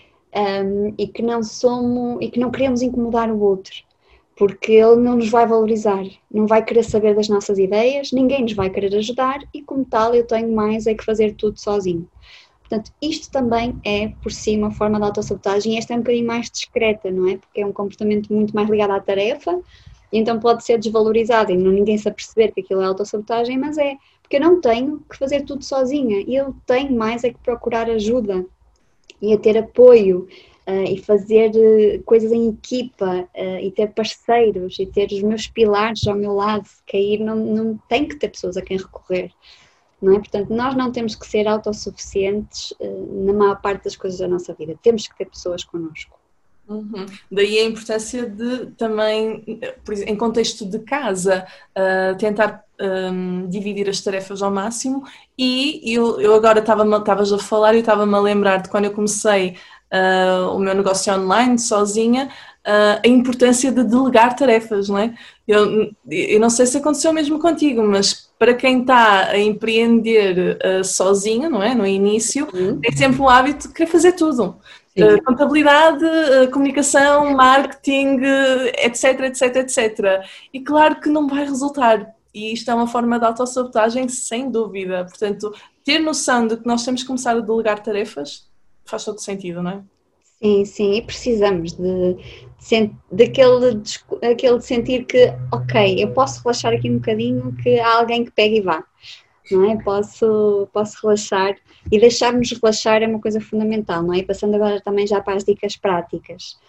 Um, e que não somos e que não queremos incomodar o outro, porque ele não nos vai valorizar, não vai querer saber das nossas ideias, ninguém nos vai querer ajudar e como tal eu tenho mais é que fazer tudo sozinho. Portanto, isto também é por si uma forma de autossabotagem e esta é um bocadinho mais discreta, não é? Porque é um comportamento muito mais ligado à tarefa e então pode ser desvalorizado e não ninguém se aperceber que aquilo é autossabotagem, mas é porque eu não tenho que fazer tudo sozinha e eu tenho mais é que procurar ajuda e a ter apoio uh, e fazer uh, coisas em equipa uh, e ter parceiros e ter os meus pilares ao meu lado, se cair não, não tem que ter pessoas a quem recorrer, não é? Portanto, nós não temos que ser autossuficientes uh, na maior parte das coisas da nossa vida, temos que ter pessoas connosco. Uhum. Daí a importância de também, por exemplo, em contexto de casa, uh, tentar um, dividir as tarefas ao máximo e eu, eu agora estavas a falar e estava-me a lembrar de quando eu comecei uh, o meu negócio online sozinha, uh, a importância de delegar tarefas, não é? Eu, eu não sei se aconteceu mesmo contigo, mas para quem está a empreender uh, sozinho, não é? No início, uhum. Tem sempre o hábito de querer fazer tudo. Uh, contabilidade, uh, comunicação, marketing, uh, etc, etc, etcétera. E claro que não vai resultar. E isto é uma forma de autossabotagem, sem dúvida. Portanto, ter noção de que nós temos que começar a delegar tarefas faz todo sentido, não é? Sim, sim. E precisamos de, de, daquele, de, aquele de sentir que, ok, eu posso relaxar aqui um bocadinho, que há alguém que pegue e vá. Não é? Posso, posso relaxar e deixar-nos relaxar é uma coisa fundamental, não é? E passando agora também já para as dicas práticas.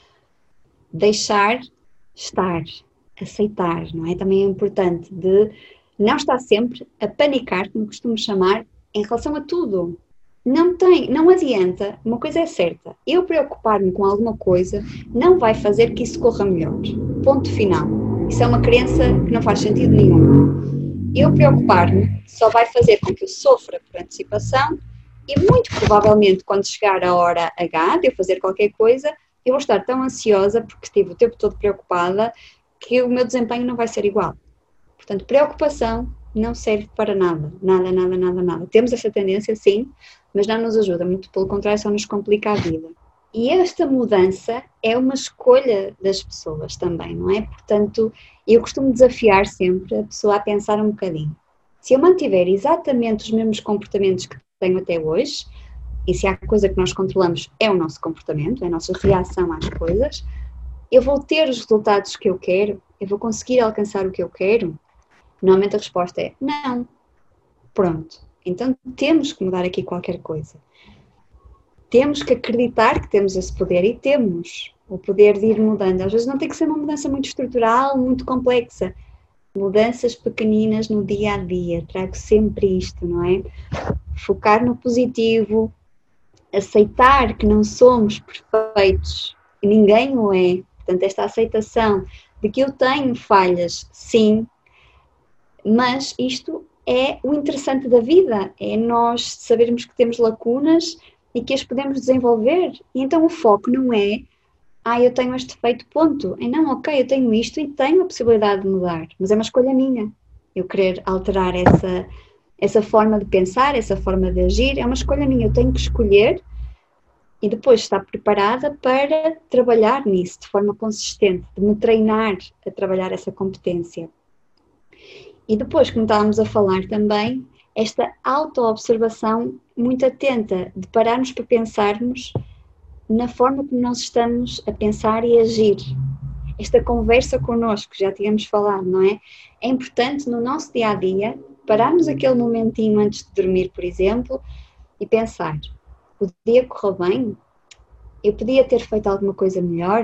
Deixar estar, aceitar, não é? Também é importante de não estar sempre a panicar, como costumo chamar, em relação a tudo. Não tem, não adianta, uma coisa é certa, eu preocupar-me com alguma coisa não vai fazer que isso corra melhor. Ponto final. Isso é uma crença que não faz sentido nenhum. Eu preocupar-me só vai fazer com que eu sofra por antecipação E muito provavelmente quando chegar a hora H de eu fazer qualquer coisa, eu vou estar tão ansiosa porque estive o tempo todo preocupada que o meu desempenho não vai ser igual. Portanto, preocupação não serve para nada, nada, nada, nada, nada. Temos essa tendência, sim, mas não nos ajuda, muito pelo contrário, só nos complica a vida. E esta mudança é uma escolha das pessoas também, não é? Portanto, eu costumo desafiar sempre a pessoa a pensar um bocadinho. Se eu mantiver exatamente os mesmos comportamentos que tenho até hoje, e se há coisa que nós controlamos é o nosso comportamento, é a nossa reação às coisas, eu vou ter os resultados que eu quero, eu vou conseguir alcançar o que eu quero? Normalmente a resposta é não. Pronto. Então temos que mudar aqui qualquer coisa. Temos que acreditar que temos esse poder e temos o poder de ir mudando. Às vezes não tem que ser uma mudança muito estrutural, muito complexa. Mudanças pequeninas no dia a dia. Trago sempre isto, não é? Focar no positivo, aceitar que não somos perfeitos, e ninguém o é. Portanto, esta aceitação de que eu tenho falhas, sim, mas isto é o interessante da vida, é nós sabermos que temos lacunas e que as podemos desenvolver. E então o foco não é, ah, eu tenho este defeito, ponto. É não, ok, eu tenho isto e tenho a possibilidade de mudar, mas é uma escolha minha. Eu querer alterar essa, essa forma de pensar, essa forma de agir, é uma escolha minha, eu tenho que escolher e depois estar preparada para trabalhar nisso de forma consistente, de me treinar a trabalhar essa competência. E depois, como estávamos a falar também, esta auto-observação muito atenta, de pararmos para pensarmos na forma como nós estamos a pensar e agir. Esta conversa connosco, já tínhamos falado, não é? É importante no nosso dia-a-dia, pararmos aquele momentinho antes de dormir, por exemplo, e pensar, o dia correu bem? Eu podia ter feito alguma coisa melhor?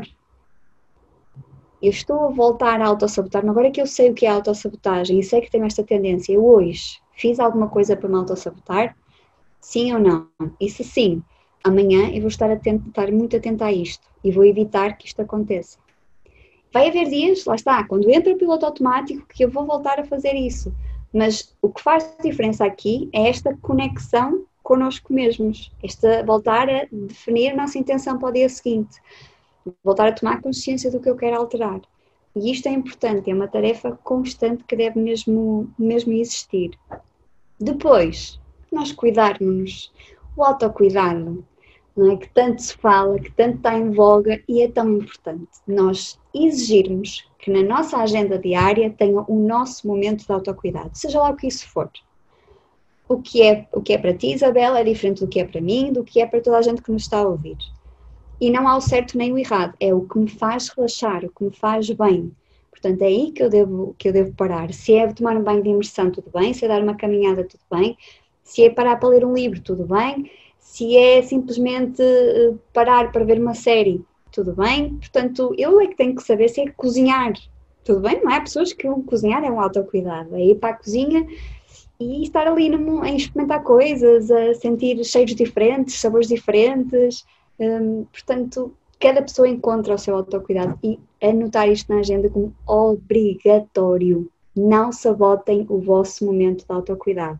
Eu estou a voltar a autossabotar-me, agora que eu sei o que é autossabotagem e sei que tenho esta tendência, eu hoje fiz alguma coisa para me autossabotar? Sim ou não? E se sim, amanhã eu vou estar, atento, estar muito atenta a isto e vou evitar que isto aconteça. Vai haver dias, lá está, quando entra o piloto automático, que eu vou voltar a fazer isso. Mas o que faz diferença aqui é esta conexão connosco mesmos, esta voltar a definir a nossa intenção para o dia seguinte. Voltar a tomar consciência do que eu quero alterar. E isto é importante, é uma tarefa constante que deve mesmo, mesmo existir. Depois, nós cuidarmos-nos, o autocuidado, não é? Que tanto se fala, que tanto está em voga e é tão importante. Nós exigirmos que na nossa agenda diária tenha o nosso momento de autocuidado, seja lá o que isso for. O que é, o que é para ti, Isabela, é diferente do que é para mim, do que é para toda a gente que nos está a ouvir. E não há o certo nem o errado, é o que me faz relaxar, o que me faz bem. Portanto, é aí que eu devo, que eu devo parar. Se é tomar um banho de imersão, tudo bem. Se é dar uma caminhada, tudo bem. Se é parar para ler um livro, tudo bem. Se é simplesmente parar para ver uma série, tudo bem. Portanto, eu é que tenho que saber se é cozinhar, tudo bem. Não é? Há pessoas que vão cozinhar, é um autocuidado. É ir para a cozinha e estar ali no, a experimentar coisas, a sentir cheiros diferentes, sabores diferentes. Hum, portanto, cada pessoa encontra o seu autocuidado e anotar isto na agenda como obrigatório. Não sabotem o vosso momento de autocuidado.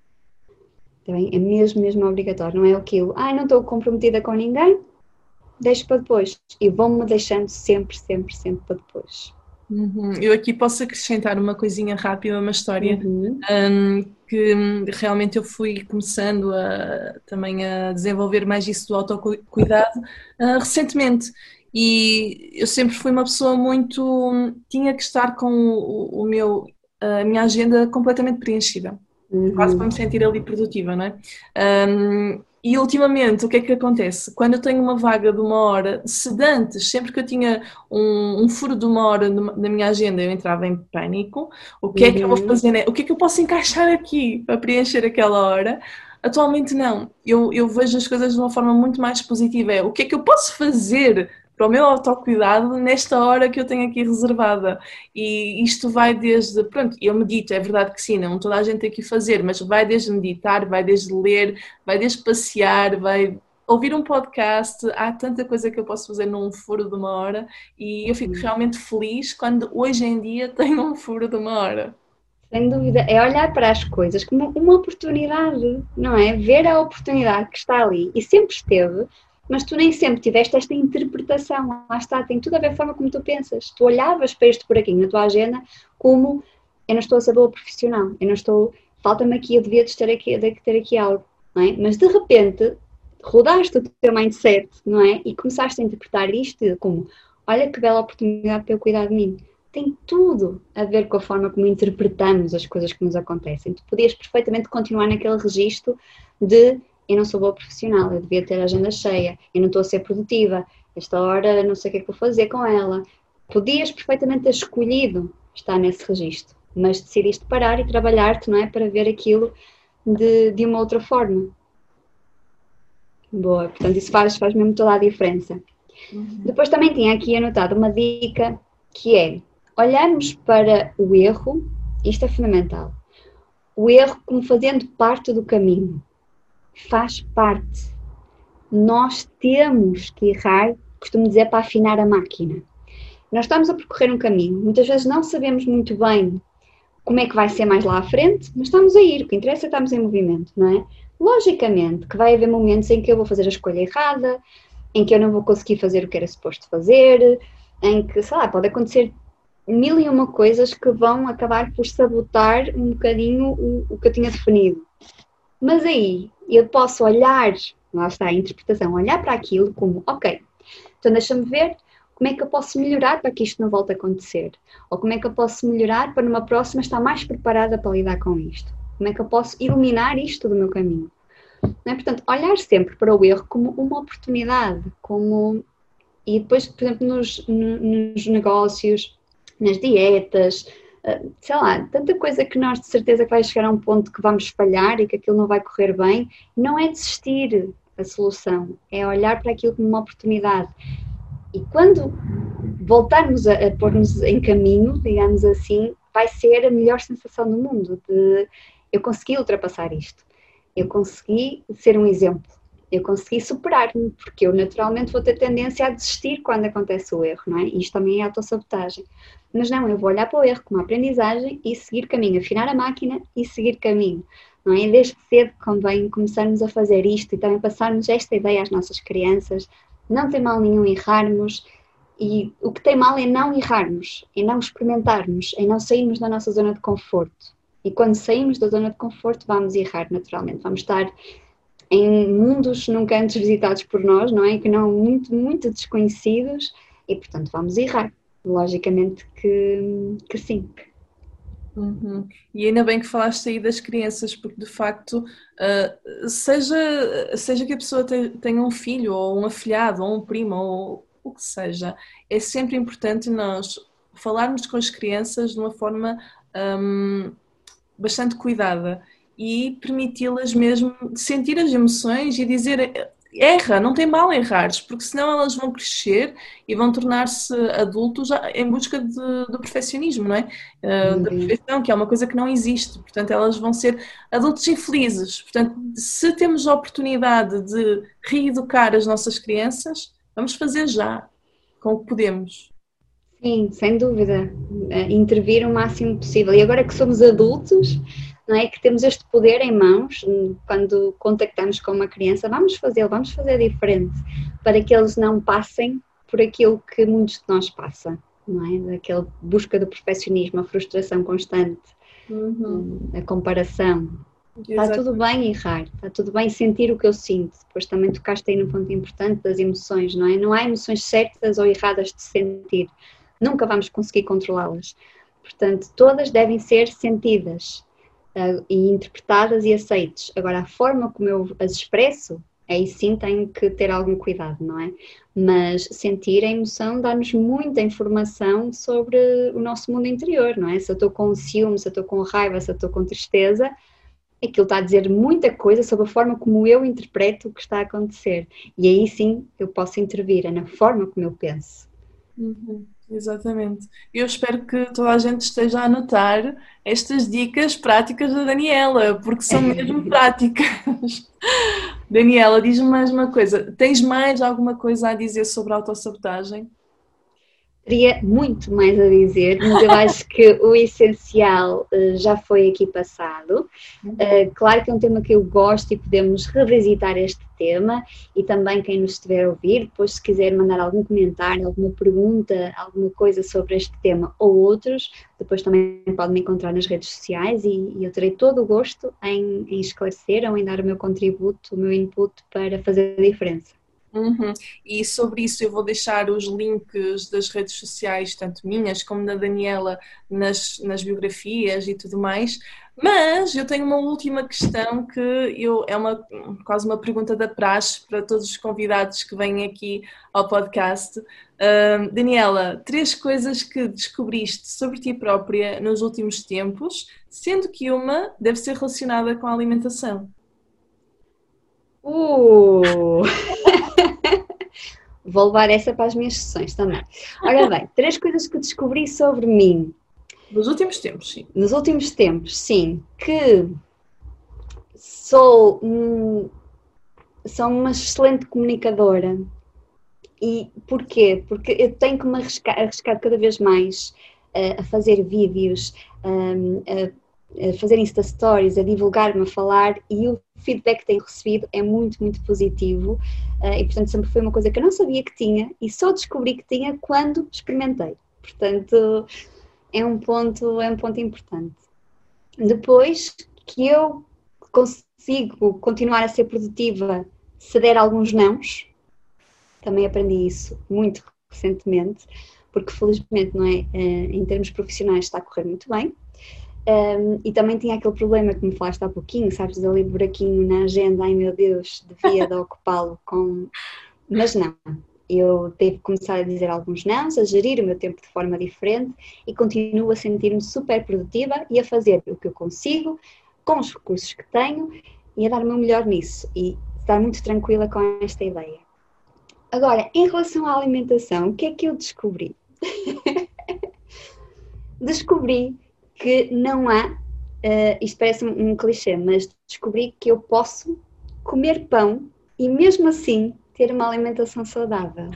Tá bem? É mesmo, mesmo obrigatório. Não é aquilo, ah, não estou comprometida com ninguém, deixo para depois. E vou-me deixando sempre, sempre, sempre para depois. Uhum. Eu aqui posso acrescentar uma coisinha rápida, uma história Uhum. um, que realmente eu fui começando a, também a desenvolver mais isso do autocuidado uh, recentemente. E eu sempre fui uma pessoa muito... Tinha que estar com o, o meu, a minha agenda completamente preenchida. Uhum. Quase para me sentir ali produtiva, não é? Um, e ultimamente, o que é que acontece? Quando eu tenho uma vaga de uma hora, se de antes, sempre que eu tinha um, um furo de uma hora na minha agenda, eu entrava em pânico. O que é que eu vou fazer? Né? O que é que eu posso encaixar aqui para preencher aquela hora? Atualmente não. Eu, eu vejo as coisas de uma forma muito mais positiva. É o que é que eu posso fazer para o meu autocuidado nesta hora que eu tenho aqui reservada. E isto vai desde, pronto, eu medito, é verdade que sim, não toda a gente tem que fazer, mas vai desde meditar, vai desde ler, vai desde passear, vai ouvir um podcast, há tanta coisa que eu posso fazer num furo de uma hora e eu fico realmente feliz quando hoje em dia tenho um furo de uma hora. Sem dúvida, é olhar para as coisas como uma oportunidade, não é? Ver a oportunidade que está ali e sempre esteve, mas tu nem sempre tiveste esta interpretação. Lá está, tem tudo a ver com a forma como tu pensas. Tu olhavas para este buraquinho na tua agenda como eu não estou a ser boa profissional, eu não estou, falta-me aqui, eu devia ter aqui, de ter aqui algo, não é? Mas de repente rodaste o teu mindset, não é? E começaste a interpretar isto como olha que bela oportunidade para eu cuidar de mim. Tem tudo a ver com a forma como interpretamos as coisas que nos acontecem. Tu podias perfeitamente continuar naquele registro de eu não sou boa profissional, eu devia ter a agenda cheia, eu não estou a ser produtiva, esta hora não sei o que é que vou fazer com ela. Podias perfeitamente ter escolhido estar nesse registro, mas decidiste parar e trabalhar-te, não é? Para ver aquilo de, de uma outra forma. Boa, portanto isso faz, faz mesmo toda a diferença. Uhum. Depois também tinha aqui anotado uma dica que é olharmos para o erro, isto é fundamental, o erro como fazendo parte do caminho, faz parte. Nós temos que errar, costumo dizer, para afinar a máquina. Nós estamos a percorrer um caminho, muitas vezes não sabemos muito bem como é que vai ser mais lá à frente, mas estamos a ir, o que interessa é que estamos em movimento, não é? Logicamente que vai haver momentos em que eu vou fazer a escolha errada, em que eu não vou conseguir fazer o que era suposto fazer, em que, sei lá, pode acontecer mil e uma coisas que vão acabar por sabotar um bocadinho o, o que eu tinha definido. Mas aí eu posso olhar, lá está a interpretação, olhar para aquilo como, ok, então deixa-me ver como é que eu posso melhorar para que isto não volte a acontecer. Ou como é que eu posso melhorar para numa próxima estar mais preparada para lidar com isto. Como é que eu posso eliminar isto do meu caminho. Não é? Portanto, olhar sempre para o erro como uma oportunidade, como... E depois, por exemplo, nos, nos negócios, nas dietas, sei lá, tanta coisa que nós de certeza que vai chegar a um ponto que vamos falhar e que aquilo não vai correr bem, não é desistir a solução, é olhar para aquilo como uma oportunidade. E quando voltarmos a, a pôr-nos em caminho, digamos assim, vai ser a melhor sensação do mundo, de eu consegui ultrapassar isto, eu consegui ser um exemplo, eu consegui superar-me, porque eu naturalmente vou ter tendência a desistir quando acontece o erro, não é? Isto também é autossabotagem. Mas não, eu vou olhar para o erro como aprendizagem e seguir caminho, afinar a máquina e seguir caminho, não é? E desde cedo convém começarmos a fazer isto e também passarmos esta ideia às nossas crianças. Não tem mal nenhum errarmos, e o que tem mal é não errarmos, é não experimentarmos, é não sairmos da nossa zona de conforto. E quando saímos da zona de conforto vamos errar naturalmente, vamos estar em mundos nunca antes visitados por nós, não é? Que não muito, muito desconhecidos e portanto vamos errar, logicamente que, que sim. Uhum. E ainda bem que falaste aí das crianças, porque de facto, uh, seja, seja que a pessoa te, tenha um filho, ou um afilhado, ou um primo, ou o que seja, é sempre importante nós falarmos com as crianças de uma forma um, bastante cuidada e permiti-las mesmo sentir as emoções e dizer... Erra, não tem mal errares, porque senão elas vão crescer e vão tornar-se adultos já em busca de, do perfeccionismo, não é? Uh, da perfeição, que é uma coisa que não existe. Portanto, elas vão ser adultos infelizes. Portanto, se temos a oportunidade de reeducar as nossas crianças, vamos fazer já, com o que podemos. Sim, sem dúvida. Uh, intervir o máximo possível. E agora que somos adultos... Não é? Que temos este poder em mãos, quando contactamos com uma criança, vamos fazê-lo, vamos fazer diferente, para que eles não passem por aquilo que muitos de nós passam, não é? Daquela busca do perfeccionismo, a frustração constante, uhum. a comparação. Exato. Está tudo bem errar, está tudo bem sentir o que eu sinto. Depois também tocaste aí no ponto importante das emoções, não é? Não há emoções certas ou erradas de sentir, nunca vamos conseguir controlá-las. Portanto, todas devem ser sentidas. Uh, e interpretadas e aceites. Agora, a forma como eu as expresso, aí sim tenho que ter algum cuidado, não é? Mas sentir a emoção dá-nos muita informação sobre o nosso mundo interior, não é? Se eu estou com ciúme, se eu estou com raiva, se eu estou com tristeza, aquilo está a dizer muita coisa sobre a forma como eu interpreto o que está a acontecer. E aí sim eu posso intervir, é na forma como eu penso. Uhum. Exatamente. Eu espero que toda a gente esteja a anotar estas dicas práticas da Daniela, porque são mesmo práticas. Daniela, diz-me mais uma coisa. Tens mais alguma coisa a dizer sobre a autossabotagem? Teria muito mais a dizer, mas eu acho que o essencial uh, já foi aqui passado. Uh, claro que é um tema que eu gosto e podemos revisitar este tema, e também quem nos estiver a ouvir, depois se quiser mandar algum comentário, alguma pergunta, alguma coisa sobre este tema ou outros, depois também pode me encontrar nas redes sociais e, e eu terei todo o gosto em, em esclarecer ou em dar o meu contributo, o meu input para fazer a diferença. Uhum. E sobre isso eu vou deixar os links das redes sociais, tanto minhas como da Daniela, nas, nas biografias e tudo mais. Mas eu tenho uma última questão que eu, é uma, quase uma pergunta da praxe para todos os convidados que vêm aqui ao podcast. Uh, Daniela, três coisas que descobriste sobre ti própria nos últimos tempos, sendo que uma deve ser relacionada com a alimentação. Uh! Vou levar essa para as minhas sessões também. Ora bem, três coisas que descobri sobre mim. Nos últimos tempos, sim. Nos últimos tempos, sim. Que sou, hum, sou uma excelente comunicadora. E porquê? Porque eu tenho que me arriscar, arriscar cada vez mais uh, a fazer vídeos, um, a a fazer Insta Stories, a divulgar-me, a falar, e o feedback que tenho recebido é muito, muito positivo, e portanto sempre foi uma coisa que eu não sabia que tinha e só descobri que tinha quando experimentei. Portanto, é um ponto, é um ponto importante. Depois, que eu consigo continuar a ser produtiva se der alguns nãos, também aprendi isso muito recentemente, porque felizmente, não é, em termos profissionais está a correr muito bem. Um, e também tinha aquele problema que me falaste há pouquinho, sabes, ali buraquinho na agenda, ai meu Deus, devia de ocupá-lo com... Mas não, eu devo começar a dizer alguns nãos, a gerir o meu tempo de forma diferente e continuo a sentir-me super produtiva e a fazer o que eu consigo, com os recursos que tenho e a dar o meu melhor nisso e estar muito tranquila com esta ideia. Agora, em relação à alimentação, o que é que eu descobri? Descobri que não há, uh, isto parece um, um clichê, mas descobri que eu posso comer pão e mesmo assim ter uma alimentação saudável.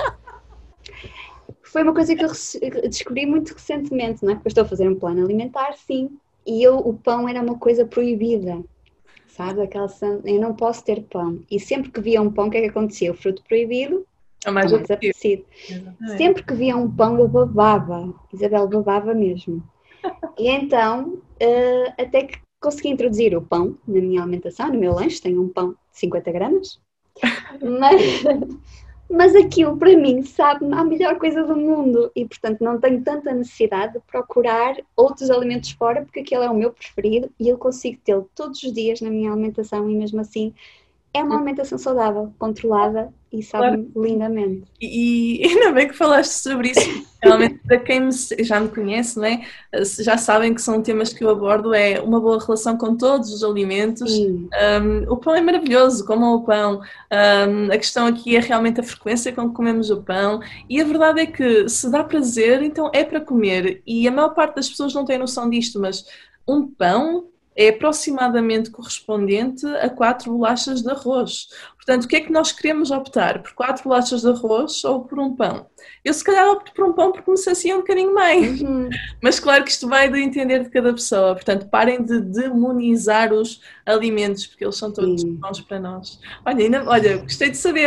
Foi uma coisa que eu descobri muito recentemente, não é? Porque eu estou a fazer um plano alimentar, sim, e eu, o pão era uma coisa proibida, sabe? Aquela, eu não posso ter pão. E sempre que via um pão, o que é que acontecia? O fruto proibido, é mais, mais apetecido. Sempre que via um pão, eu babava. Isabel babava mesmo. E então, uh, até que consegui introduzir o pão na minha alimentação, no meu lanche, tenho um pão de cinquenta gramas, mas, mas aquilo para mim sabe-me a melhor coisa do mundo e portanto não tenho tanta necessidade de procurar outros alimentos fora porque aquele é o meu preferido e eu consigo tê-lo todos os dias na minha alimentação e mesmo assim é uma alimentação saudável, controlada e sabe-me claro. Lindamente. E, e ainda bem que falaste sobre isso, realmente para quem me, já me conhece, não é? Já sabem que são temas que eu abordo, é uma boa relação com todos os alimentos. Um, o pão é maravilhoso, comam o pão. Um, a questão aqui é realmente a frequência com que comemos o pão e a verdade é que se dá prazer, então é para comer. E a maior parte das pessoas não tem noção disto, mas um pão é aproximadamente correspondente a quatro bolachas de arroz. Portanto, o que é que nós queremos optar? Por quatro bolachas de arroz ou por um pão? Eu se calhar opto por um pão porque me sacia um bocadinho mais. Uhum. Mas claro que isto vai de entender de cada pessoa. Portanto, parem de demonizar os alimentos, porque eles são todos uhum. bons para nós. Olha, ainda, olha, gostei de saber.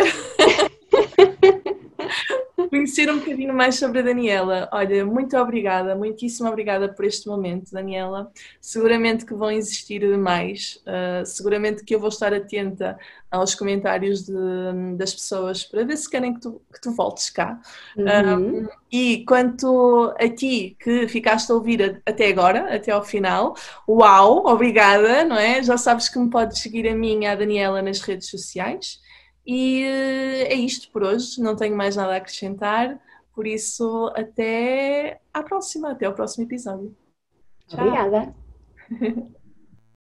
Conhecer um bocadinho mais sobre a Daniela. Olha, muito obrigada, muitíssimo obrigada por este momento, Daniela. Seguramente que vão existir mais, uh, seguramente que eu vou estar atenta aos comentários de, das pessoas para ver se querem que tu, que tu voltes cá. Uhum. Um, e quanto a ti que ficaste a ouvir até agora, até ao final, uau, obrigada, não é? Já sabes que me podes seguir a mim e a Daniela nas redes sociais. E é isto por hoje, não tenho mais nada a acrescentar, por isso até à próxima, até ao próximo episódio. Tchau. Obrigada.